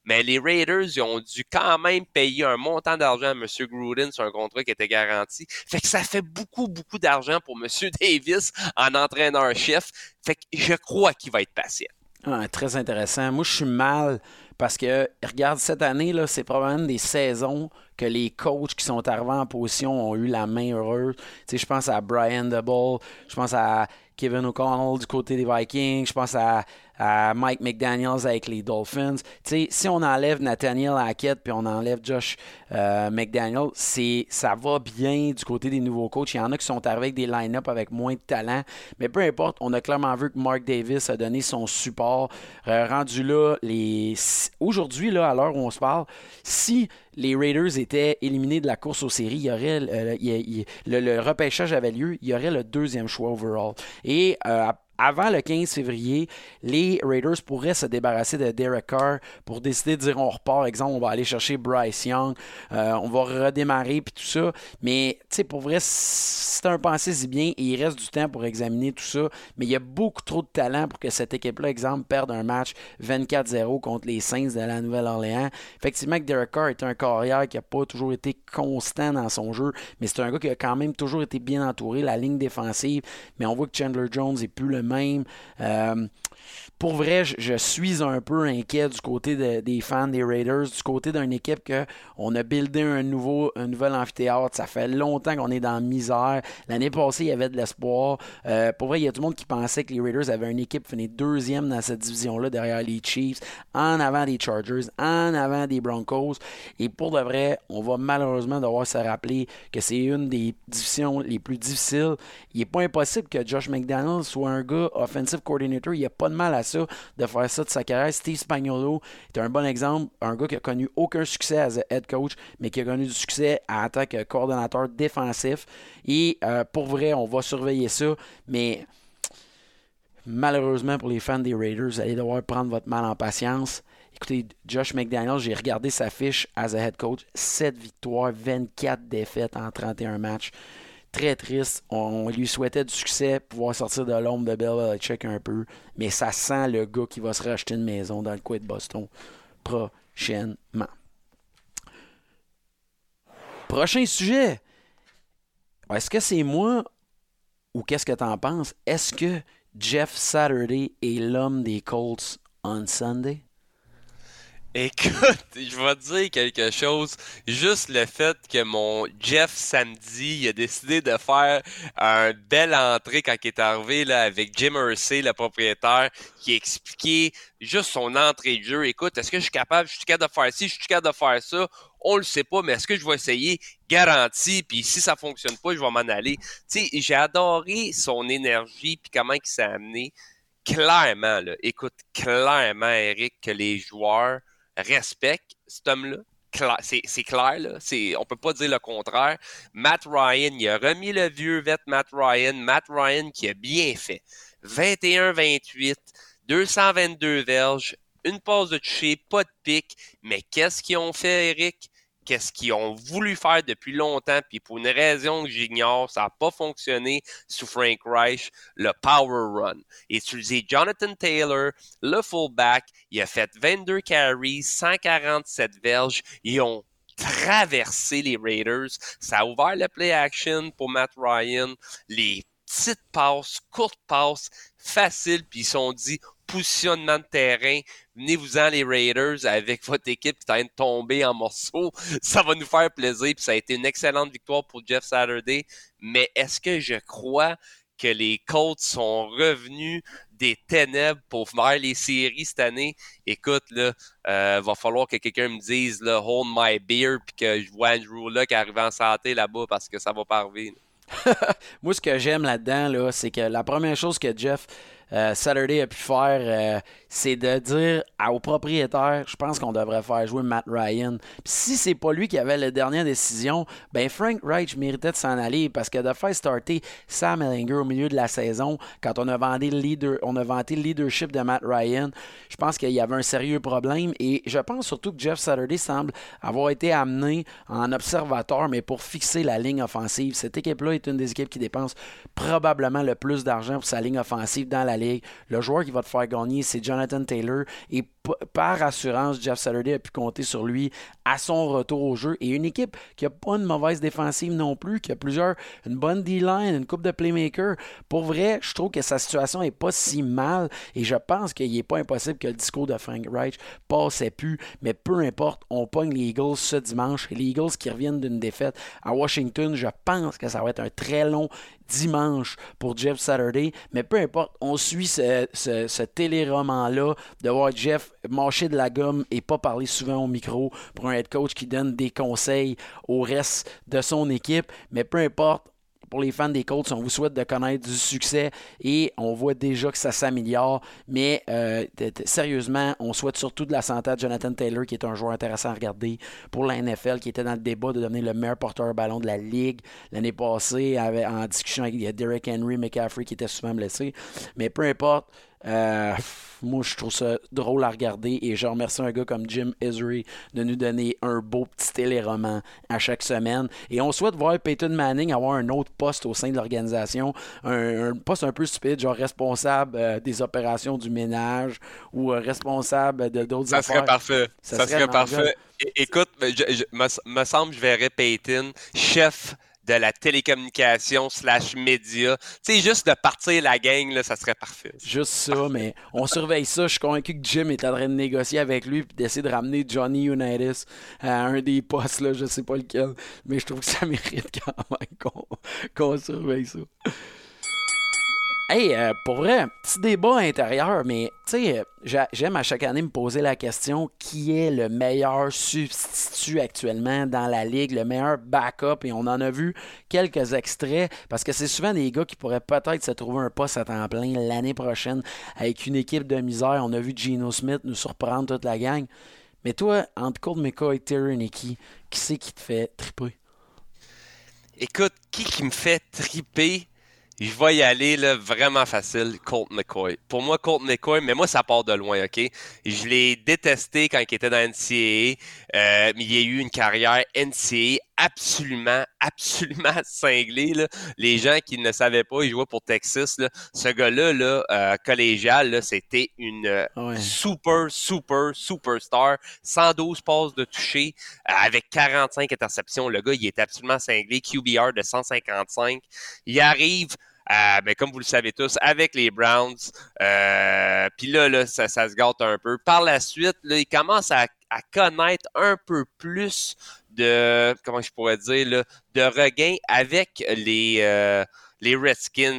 Mais les Raiders, ils ont dû quand même payer un montant d'argent à M. Gruden sur un contrat qui était garanti. Fait que ça fait beaucoup, beaucoup d'argent pour M. Davis en entraîneur-chef. Fait que je crois qu'il va être patient. Ah, très intéressant. Moi, je suis mal parce que, regarde, cette année, là, c'est probablement des saisons que les coachs qui sont arrivés en position ont eu la main heureuse. Tu sais, je pense à Brian Daboll, je pense à Kevin O'Connell du côté des Vikings, je pense à Mike McDaniels avec les Dolphins. Tu sais, si on enlève Nathaniel Hackett puis on enlève Josh McDaniels, ça va bien du côté des nouveaux coachs. Il y en a qui sont arrivés avec des line-up avec moins de talent, mais peu importe, on a clairement vu que Mark Davis a donné son support. Rendu là, aujourd'hui, là, à l'heure où on se parle, si les Raiders étaient éliminés de la course aux séries, il y aurait le repêchage avait lieu, il y aurait le 2e choix overall. Et avant le 15 février, les Raiders pourraient se débarrasser de Derek Carr pour décider de dire on repart. Exemple, on va aller chercher Bryce Young, on va redémarrer puis tout ça. Mais tu sais, pour vrai, c'est un pensée-y bien et il reste du temps pour examiner tout ça. Mais il y a beaucoup trop de talent pour que cette équipe-là, exemple, perde un match 24-0 contre les Saints de la Nouvelle-Orléans. Effectivement, que Derek Carr est un carrière qui n'a pas toujours été constant dans son jeu, mais c'est un gars qui a quand même toujours été bien entouré, la ligne défensive. Mais on voit que Chandler Jones n'est plus le même. Pour vrai, je suis un peu inquiet du côté des fans des Raiders, du côté d'une équipe qu'on a buildé un nouvel amphithéâtre. Ça fait longtemps qu'on est dans la misère. L'année passée, il y avait de l'espoir. Pour vrai, il y a tout le monde qui pensait que les Raiders avaient une équipe finie 2e dans cette division-là, derrière les Chiefs, en avant des Chargers, en avant des Broncos. Et pour de vrai, on va malheureusement devoir se rappeler que c'est une des divisions les plus difficiles. Il n'est pas impossible que Josh McDaniels soit un gars offensive coordinator. Il n'y a pas de mal à ça, de faire ça de sa carrière. Steve Spagnuolo est un bon exemple, un gars qui a connu aucun succès as head coach, mais qui a connu du succès en tant que coordonnateur défensif. Et pour vrai, on va surveiller ça, mais malheureusement pour les fans des Raiders, vous allez devoir prendre votre mal en patience. Écoutez, Josh McDaniels, j'ai regardé sa fiche as a head coach, 7 victoires, 24 défaites en 31 matchs. Très triste. On lui souhaitait du succès, pouvoir sortir de l'ombre de Bill Belichick un peu. Mais ça sent le gars qui va se racheter une maison dans le coin de Boston prochainement. Prochain sujet. Est-ce que c'est moi ou qu'est-ce que t'en penses? Est-ce que Jeff Saturday est l'homme des Colts on Sunday? Écoute, je vais te dire quelque chose. Juste le fait que mon Jeff samedi, il a décidé de faire une belle entrée quand il est arrivé là, avec Jim Irsay, le propriétaire, qui expliquait juste son entrée de jeu. Écoute, est-ce que je suis capable de faire ci, je suis capable de faire ça? On le sait pas, mais est-ce que je vais essayer? Garanti, puis si ça fonctionne pas, je vais m'en aller. Tu sais, j'ai adoré son énergie, puis comment il s'est amené. Clairement, là, écoute, clairement, Eric, que les joueurs respecte cet homme-là. C'est clair, là. On peut pas dire le contraire. Matt Ryan, il a remis le vieux vet Matt Ryan. Matt Ryan qui a bien fait. 21-28, 222 verges, une passe de toucher, pas de pique. Mais qu'est-ce qu'ils ont fait, Eric? Qu'est-ce qu'ils ont voulu faire depuis longtemps, puis pour une raison que j'ignore, ça n'a pas fonctionné sous Frank Reich, le power run. Il a utilisé Jonathan Taylor, le fullback, il a fait 22 carries, 147 verges, ils ont traversé les Raiders, ça a ouvert le play action pour Matt Ryan, les petites passes, courtes passes, faciles, puis ils se sont dit positionnement de terrain, venez-vous-en les Raiders avec votre équipe qui est en train de tomber en morceaux, ça va nous faire plaisir, puis ça a été une excellente victoire pour Jeff Saturday, mais est-ce que je crois que les Colts sont revenus des ténèbres pour faire les séries cette année? Écoute, là, va falloir que quelqu'un me dise, là, hold my beer, puis que je vois Andrew Luck arriver en santé là-bas, parce que ça va pas arriver. Moi, ce que j'aime là-dedans, là, c'est que la première chose que Jeff Saturday a pu faire, c'est de dire au propriétaire, je pense qu'on devrait faire jouer Matt Ryan. Puis si c'est pas lui qui avait la dernière décision, ben Frank Reich méritait de s'en aller parce que de faire starter Sam Ehlinger au milieu de la saison, quand on a vanté le leadership de Matt Ryan, je pense qu'il y avait un sérieux problème et je pense surtout que Jeff Saturday semble avoir été amené en observateur, mais pour fixer la ligne offensive. Cette équipe-là est une des équipes qui dépense probablement le plus d'argent pour sa ligne offensive dans la ligue. Ligue. Le joueur qui va te faire gagner, c'est Jonathan Taylor. Et par assurance, Jeff Saturday a pu compter sur lui à son retour au jeu. Et une équipe qui n'a pas une mauvaise défensive non plus, qui a une bonne D-line, une coupe de playmakers. Pour vrai, je trouve que sa situation n'est pas si mal. Et je pense qu'il n'est pas impossible que le discours de Frank Reich passait plus. Mais peu importe, on pogne les Eagles ce dimanche. Les Eagles qui reviennent d'une défaite à Washington, je pense que ça va être un très long dimanche pour Jeff Saturday, mais peu importe, on suit ce téléroman-là de voir Jeff mâcher de la gomme et pas parler souvent au micro pour un head coach qui donne des conseils au reste de son équipe, mais peu importe. Pour les fans des Colts, on vous souhaite de connaître du succès et on voit déjà que ça s'améliore. Mais sérieusement, on souhaite surtout de la santé à Jonathan Taylor, qui est un joueur intéressant à regarder pour la NFL, qui était dans le débat de devenir le meilleur porteur ballon de la Ligue l'année passée, en discussion avec Derrick Henry, McCaffrey, qui était souvent blessé. Mais peu importe. Moi, je trouve ça drôle à regarder et je remercie un gars comme Jim Ezri de nous donner un beau petit téléroman à chaque semaine. Et on souhaite voir Peyton Manning avoir un autre poste au sein de l'organisation, un poste un peu stupide, genre responsable des opérations du ménage ou responsable de d'autres affaires. Ça serait parfait. Ça serait parfait. Écoute, me semble que je verrais Peyton, chef de la télécommunication / média. Tu sais, juste de partir la gang, là, ça serait parfait. Juste ça, mais on surveille ça. Je suis convaincu que Jim est en train de négocier avec lui et d'essayer de ramener Johnny Unitas à un des postes, là, je sais pas lequel, mais je trouve que ça mérite quand même qu'on surveille ça. Hey, pour vrai, petit débat intérieur, mais tu sais, j'aime à chaque année me poser la question qui est le meilleur substitut actuellement dans la ligue, le meilleur backup, et on en a vu quelques extraits, parce que c'est souvent des gars qui pourraient peut-être se trouver un poste à temps plein l'année prochaine avec une équipe de misère. On a vu Geno Smith nous surprendre toute la gang. Mais toi, entre Colt McCoy et Terry Nicky, qui c'est qui te fait triper? Écoute, qui me fait triper? Je vais y aller là, vraiment facile, Colt McCoy. Pour moi, Colt McCoy, mais moi, ça part de loin, OK? Je l'ai détesté quand il était dans NCAA, mais il a eu une carrière NCAA absolument cinglée, là. Les gens qui ne savaient pas, il jouait pour Texas, là. Ce gars-là, là, collégial, là, c'était une superstar. 112 passes de toucher, avec 45 interceptions. Le gars, il était absolument cinglé. QBR de 155. Il arrive, mais comme vous le savez tous, avec les Browns. Puis là, ça se gâte un peu. Par la suite, là, il commence à connaître un peu plus de, comment je pourrais dire, là, de regain avec les Redskins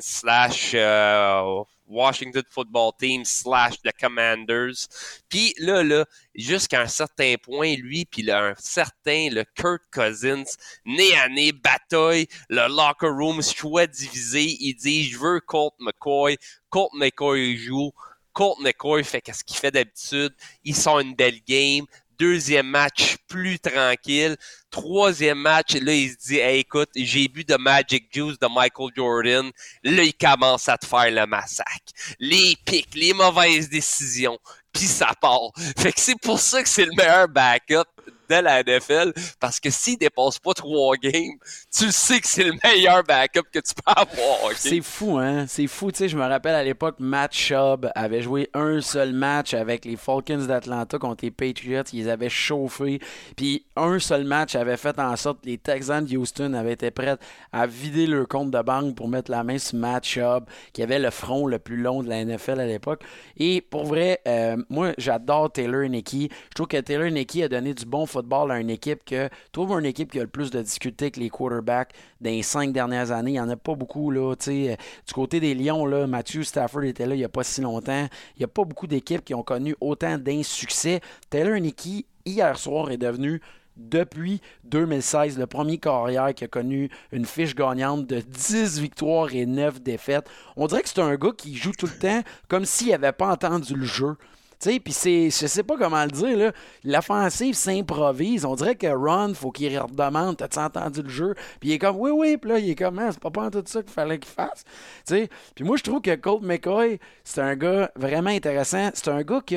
/ Washington Football Team / the Commanders. Puis là, jusqu'à un certain point, lui, puis un certain, le Kirk Cousins, nez à nez, bataille, le locker room, choix divisé, il dit « Je veux Colt McCoy ». Colt McCoy joue. Colt McCoy fait ce qu'il fait d'habitude. Ils sont une belle game. Deuxième match, plus tranquille. Troisième match, là, il se dit hey, écoute, j'ai bu de Magic Juice de Michael Jordan. Là, il commence à te faire le massacre. Les pics, les mauvaises décisions. Puis ça part. Fait que c'est pour ça que c'est le meilleur backup de la NFL, parce que s'il dépasse pas 3 games, tu sais que c'est le meilleur backup que tu peux avoir. Okay? C'est fou, hein? C'est fou, tu sais, je me rappelle à l'époque, Matt Schaub avait joué un seul match avec les Falcons d'Atlanta contre les Patriots, ils les avaient chauffés, puis un seul match avait fait en sorte que les Texans de Houston avaient été prêts à vider leur compte de banque pour mettre la main sur Matt Schaub, qui avait le front le plus long de la NFL à l'époque. Et pour vrai, moi, j'adore Taylor Nicky. Je trouve que Taylor Nicky a donné du bon football à une équipe qui a le plus de difficultés que les quarterbacks dans les 5 dernières années. Il n'y en a pas beaucoup, là, tu sais. Du côté des Lions, là, Matthew Stafford était là il n'y a pas si longtemps. Il n'y a pas beaucoup d'équipes qui ont connu autant d'insuccès. Taylor Nicky, hier soir, est devenu, depuis 2016, le premier carrière qui a connu une fiche gagnante de 10 victoires et 9 défaites. On dirait que c'est un gars qui joue tout le temps comme s'il n'avait pas entendu le jeu. Puis je sais pas comment le dire, là. L'offensive s'improvise. On dirait que Ron, faut qu'il redemande, t'as-tu entendu le jeu? Puis il est comme, oui, puis là, il est comme, c'est pas en tout ça qu'il fallait qu'il fasse. Puis moi, je trouve que Colt McCoy, c'est un gars vraiment intéressant. C'est un gars que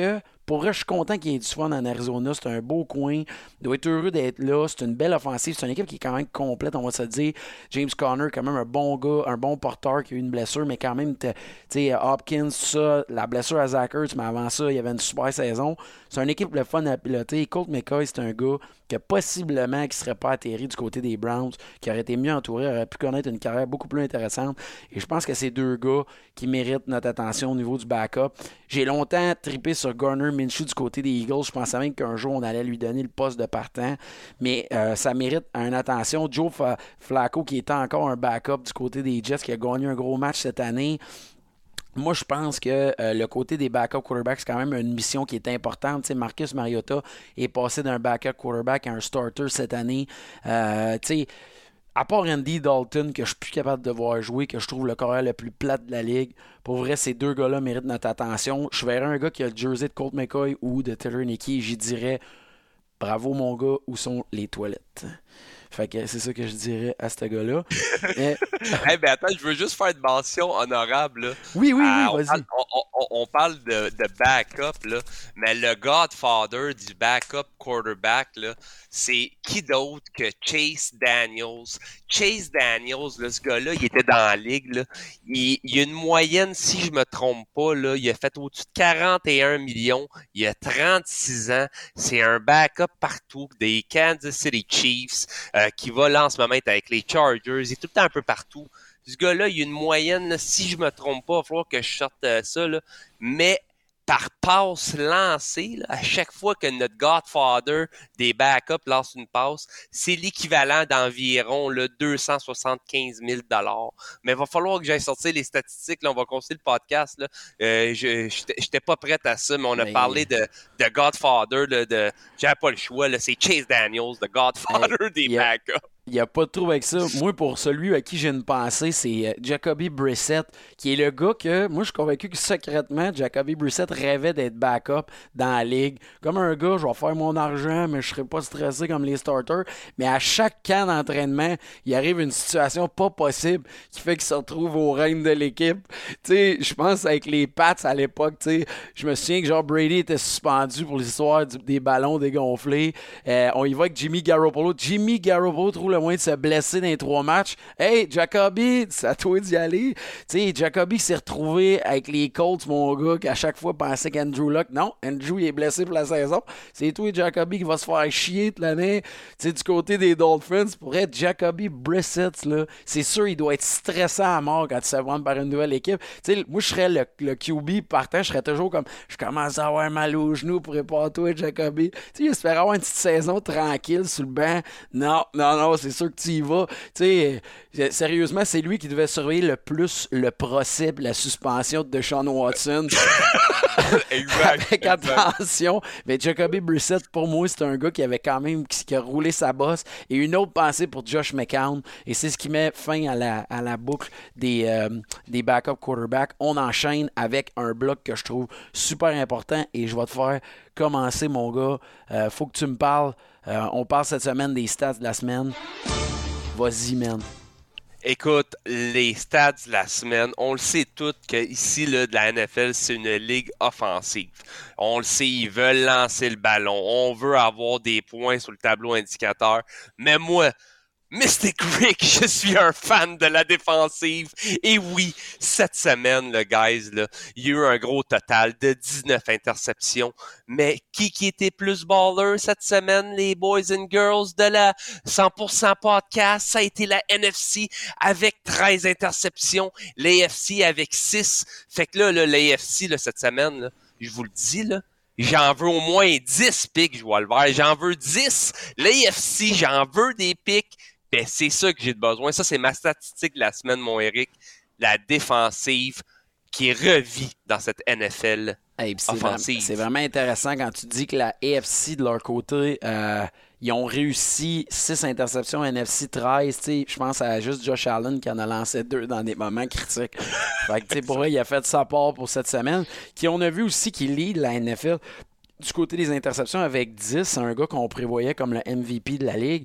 pour vrai, je suis content qu'il y ait du fun en Arizona. C'est un beau coin. Il doit être heureux d'être là. C'est une belle offensive. C'est une équipe qui est quand même complète, on va se le dire. James Conner, quand même un bon gars, un bon porteur qui a eu une blessure, mais quand même, tu sais, Hopkins, tout ça, la blessure à Zach Ertz, mais avant ça, il y avait une super saison. C'est une équipe le fun à piloter. Colt McCoy, c'est un gars que possiblement qui ne serait pas atterri du côté des Browns, qui aurait été mieux entouré, aurait pu connaître une carrière beaucoup plus intéressante. Et je pense que c'est deux gars qui méritent notre attention au niveau du backup. J'ai longtemps trippé sur Gardner Minshew du côté des Eagles. Je pensais même qu'un jour, on allait lui donner le poste de partant. Mais ça mérite une attention. Joe Flacco, qui était encore un backup du côté des Jets, qui a gagné un gros match cette année. Moi, je pense que le côté des backup quarterbacks, c'est quand même une mission qui est importante. T'sais, Marcus Mariota est passé d'un backup quarterback à un starter cette année. À part Andy Dalton, que je suis plus capable de voir jouer, que je trouve le carrière le plus plate de la ligue, pour vrai, ces deux gars-là méritent notre attention. Je verrais un gars qui a le jersey de Colt McCoy ou de Taylor Nicky, j'y dirais bravo mon gars, où sont les toilettes? Fait que c'est ça que je dirais à ce gars-là. Hey, ben attends, je veux juste faire une mention honorable. Là. Oui, vas-y. On parle de backup, là, mais le godfather du backup quarterback, là, c'est qui d'autre que Chase Daniels. Chase Daniels, là, ce gars-là, il était dans la ligue. Là. Il a une moyenne, si je me trompe pas, là, il a fait au-dessus de 41 millions. Il a 36 ans. C'est un backup partout des Kansas City Chiefs. Qui va là en ce moment être avec les Chargers, il est tout le temps un peu partout. Ce gars-là, il a une moyenne, là, si je me trompe pas, il va falloir que je sorte ça, là, mais par passe lancée, là, à chaque fois que notre Godfather des backups lance une passe, c'est l'équivalent d'environ là, 275 000 $. Mais il va falloir que j'aille sortir les statistiques. Là, on va continuer le podcast. Là. J'étais pas prête à ça, mais on a parlé de Godfather. Là, j'avais pas le choix. Là, c'est Chase Daniels, le Godfather des backups. Il n'y a pas de trouble avec ça. Moi, pour celui à qui j'ai une pensée, c'est Jacoby Brissett, qui est le gars que, moi, je suis convaincu que secrètement, Jacoby Brissett rêvait d'être backup dans la ligue. Comme un gars, je vais faire mon argent, mais je ne serai pas stressé comme les starters. Mais à chaque camp d'entraînement, il arrive une situation pas possible qui fait qu'il se retrouve au règne de l'équipe. Tu sais, je pense avec les Pats à l'époque, tu sais, je me souviens que genre Brady était suspendu pour l'histoire des ballons dégonflés. On y va avec Jimmy Garoppolo. Jimmy Garoppolo trouve le moyen de se blesser dans les 3 matchs. Hey, Jacoby, c'est à toi d'y aller. Tu sais, Jacoby s'est retrouvé avec les Colts, mon gars, qui à chaque fois pensait qu'Andrew Luck, non, Andrew il est blessé pour la saison. C'est toi, Jacoby, qui va se faire chier toute l'année. Tu sais, du côté des Dolphins, pour être Jacoby Brissett, là, c'est sûr, il doit être stressant à mort quand il se fait prendre par une nouvelle équipe. Tu sais, moi, je serais le QB partant, je serais toujours comme, je commence à avoir mal aux genoux pour préparer-toi, Jacoby. Tu sais, il espère avoir une petite saison tranquille sur le banc. Non, c'est sûr que tu y vas. Tu sais, sérieusement, c'est lui qui devait surveiller le plus le procès, la suspension de Deshaun Watson. Avec attention. Mais Jacoby Brissett, pour moi, c'est un gars qui avait quand même qui a roulé sa bosse. Et une autre pensée pour Josh McCown. Et c'est ce qui met fin à la boucle des backup quarterbacks. On enchaîne avec un bloc que je trouve super important. Et je vais te faire commencer, mon gars. Faut que tu me parles. On parle cette semaine des stats de la semaine. Vas-y, man. Écoute, les stats de la semaine, on le sait tous qu'ici, là, de la NFL, c'est une ligue offensive. On le sait, ils veulent lancer le ballon. On veut avoir des points sur le tableau indicateur. Mais moi, Mystic Rick, je suis un fan de la défensive. Et oui, cette semaine, le guys, là, il y a eu un gros total de 19 interceptions. Mais qui était plus baller cette semaine, les boys and girls de la 100% podcast? Ça a été la NFC avec 13 interceptions, l'AFC avec 6. Fait que là l'AFC, là, cette semaine, là, je vous le dis, là, j'en veux au moins 10 pics, je vois le vert. J'en veux 10. L'AFC, j'en veux des pics. Ben, c'est ça que j'ai besoin. Ça, c'est ma statistique de la semaine, mon Eric. La défensive qui revit dans cette NFL offensive. C'est vraiment intéressant quand tu dis que la AFC, de leur côté, ils ont réussi 6 interceptions, NFC 13. Je pense à juste Josh Allen qui en a lancé 2 dans des moments critiques. Fait que, pour eux, il a fait sa part pour cette semaine. On a vu aussi qu'il lead la NFL du côté des interceptions avec 10. C'est un gars qu'on prévoyait comme le MVP de la Ligue.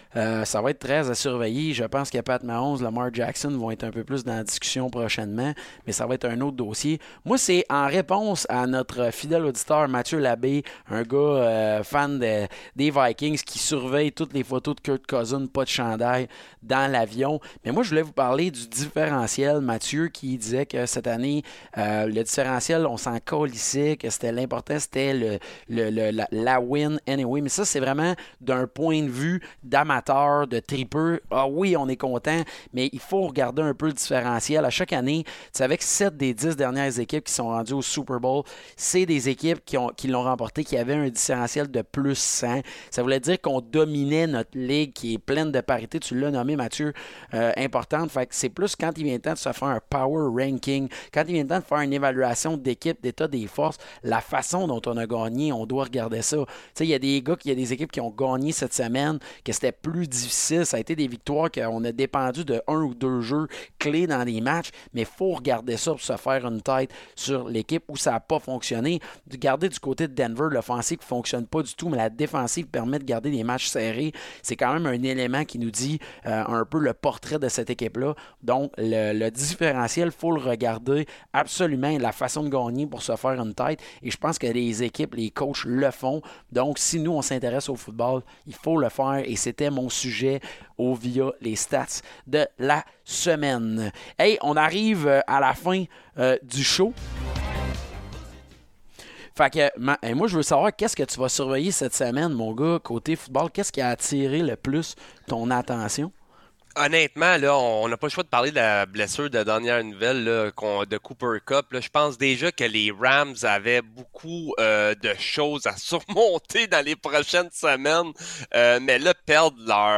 Ça va être très à surveiller. Je pense que Pat Mahomes, Lamar Jackson vont être un peu plus dans la discussion prochainement, mais ça va être un autre dossier. Moi, c'est en réponse à notre fidèle auditeur Mathieu Labbé, un gars fan des Vikings qui surveille toutes les photos de Kirk Cousins, pas de chandail, dans l'avion. Mais moi, je voulais vous parler du différentiel. Mathieu qui disait que cette année, le différentiel, on s'en calissait, que c'était l'important, c'était la win anyway. Mais ça, c'est vraiment d'un point de vue d'amateur, de tripeux. Ah oui, on est content, mais il faut regarder un peu le différentiel. À chaque année, tu sais, avec 7 des 10 dernières équipes qui sont rendues au Super Bowl, c'est des équipes qui l'ont remporté, qui avaient un différentiel de plus 100. Ça voulait dire qu'on dominait notre ligue qui est pleine de parité. Tu l'as nommé, Mathieu, importante. Fait que c'est plus quand il vient le temps de se faire un power ranking, quand il vient le temps de faire une évaluation d'équipe, d'état des forces, la façon dont on a gagné, on doit regarder ça. Tu sais, il y a des gars, il y a des équipes qui ont gagné cette semaine, que c'était plus difficile. Ça a été des victoires qu'on a dépendu de 1 ou 2 jeux clés dans les matchs, mais il faut regarder ça pour se faire une tête sur l'équipe où ça n'a pas fonctionné. Garder du côté de Denver, l'offensive ne fonctionne pas du tout, mais la défensive permet de garder des matchs serrés. C'est quand même un élément qui nous dit un peu le portrait de cette équipe-là. Donc, le différentiel, il faut le regarder absolument, la façon de gagner pour se faire une tête. Et je pense que les équipes, les coachs le font. Donc, si nous, on s'intéresse au football, il faut le faire. Et c'était mon sujet via les stats de la semaine. Hey, on arrive à la fin du show. Fait que, moi, je veux savoir qu'est-ce que tu vas surveiller cette semaine, mon gars, côté football. Qu'est-ce qui a attiré le plus ton attention? Honnêtement, là, on n'a pas le choix de parler de la blessure de dernière nouvelle là, de Cooper Kupp. Là. Je pense déjà que les Rams avaient beaucoup de choses à surmonter dans les prochaines semaines. Mais là, perdre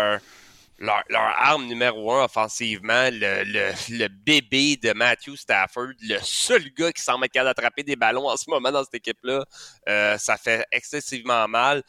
leur arme numéro 1 offensivement, le bébé de Matthew Stafford, le seul gars qui semble être capable d'attraper des ballons en ce moment dans cette équipe-là, ça fait excessivement mal.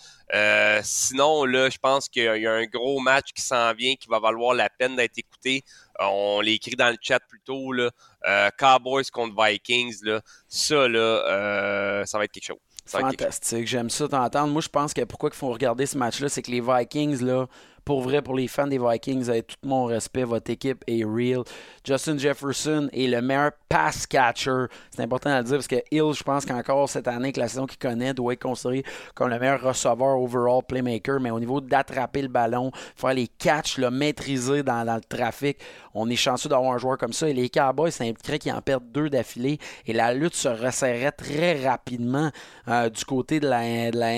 Sinon, là, je pense qu'il y a un gros match qui s'en vient qui va valoir la peine d'être écouté. On l'a écrit dans le chat plus tôt, là. Cowboys contre Vikings, là. Ça, là, ça va être quelque chose. Fantastique, j'aime ça t'entendre. Moi, je pense que pourquoi il faut regarder ce match-là, c'est que les Vikings, là, pour vrai, pour les fans des Vikings, avec tout mon respect, votre équipe est real. Justin Jefferson est le meilleur pass catcher. C'est important à le dire parce que Hill, je pense qu'encore cette année, avec la saison qu'il connaît, doit être considéré comme le meilleur receveur overall playmaker. Mais au niveau d'attraper le ballon, faire les catchs, le maîtriser dans le trafic, on est chanceux d'avoir un joueur comme ça. Et les Cowboys, ça impliquerait qu'ils en perdent 2 d'affilée. Et la lutte se resserrait très rapidement du côté de la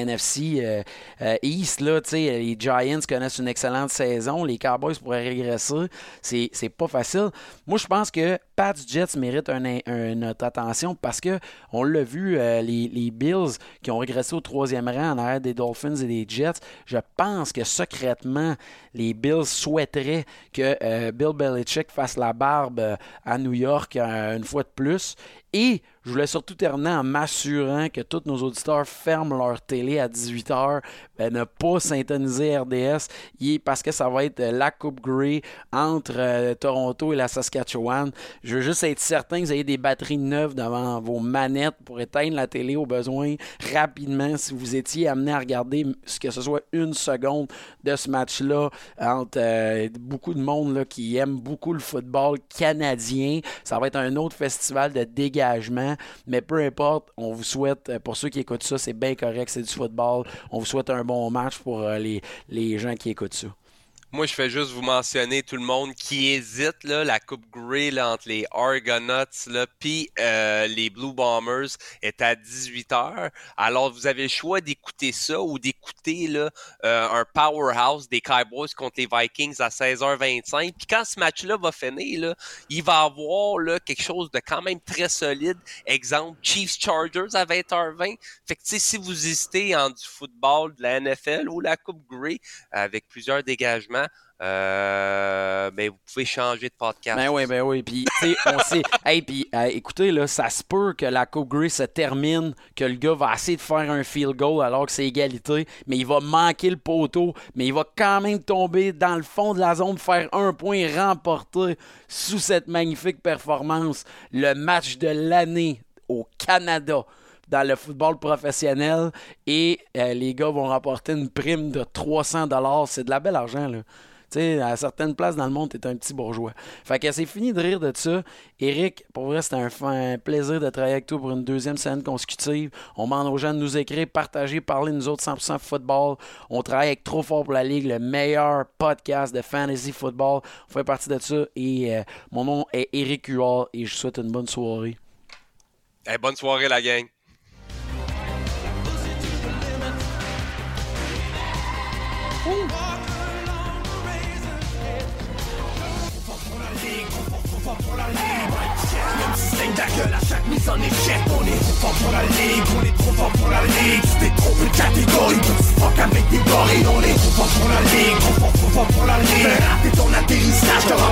NFC East. Là, les Giants connaissent une excellente saison. Les Cowboys pourraient régresser. C'est pas facile. Moi, je pense que Pats Jets mérite notre attention parce que on l'a vu, les Bills qui ont régressé au 3e rang en arrière des Dolphins et des Jets. Je pense que secrètement, les Bills souhaiteraient que Bill Belichick fasse la barbe à New York une fois de plus. Et je voulais surtout terminer en m'assurant que tous nos auditeurs ferment leur télé à 18h, ne pas syntoniser RDS, parce que ça va être la Coupe Grey entre Toronto et la Saskatchewan. Je veux juste être certain que vous ayez des batteries neuves devant vos manettes pour éteindre la télé au besoin rapidement si vous étiez amené à regarder que ce soit 1 seconde de ce match-là entre beaucoup de monde là, qui aime beaucoup le football canadien. Ça va être un autre festival de dégagement, mais peu importe, on vous souhaite, pour ceux qui écoutent ça, c'est bien correct, c'est du football. On vous souhaite un bon match pour les gens qui écoutent ça. Moi, je fais juste vous mentionner tout le monde qui hésite, là, la Coupe Grey là, entre les Argonauts puis les Blue Bombers est à 18h. Alors, vous avez le choix d'écouter ça ou d'écouter là, un powerhouse des Cowboys contre les Vikings à 16h25. Puis quand ce match-là va finir, là, il va avoir là, quelque chose de quand même très solide. Exemple, Chiefs-Chargers à 20h20. Fait que si vous hésitez entre du football, de la NFL ou la Coupe Grey avec plusieurs dégagements, ben vous pouvez changer de podcast. Ben oui. Puis, on sait. Écoutez, là, ça se peut que la Coupe Grey se termine, que le gars va essayer de faire un field goal alors que c'est égalité, mais il va manquer le poteau, mais il va quand même tomber dans le fond de la zone, faire un point et remporter sous cette magnifique performance le match de l'année au Canada. dans le football professionnel et les gars vont remporter une prime de 300$. C'est de la belle argent, là. Tu sais, à certaines places dans le monde, t'es un petit bourgeois. Fait que c'est fini de rire de ça. Éric, pour vrai, c'était un plaisir de travailler avec toi pour une deuxième semaine consécutive. On demande aux gens de nous écrire, partager, parler nous autres 100% football. On travaille avec Trop Fort pour la Ligue, le meilleur podcast de fantasy football. On fait partie de ça et mon nom est Éric Huard et je vous souhaite une bonne soirée. Hey, bonne soirée, la gang. Saigne ta gueule à chaque mise en échec. On est trop fort pour la ligue, on est trop fort pour la ligue. Tu t'es trompé de catégorie, tu fuck avec des gorilles. On est trop fort pour la ligue, trop fort pour la ligue. Fais rater ton atterrissage,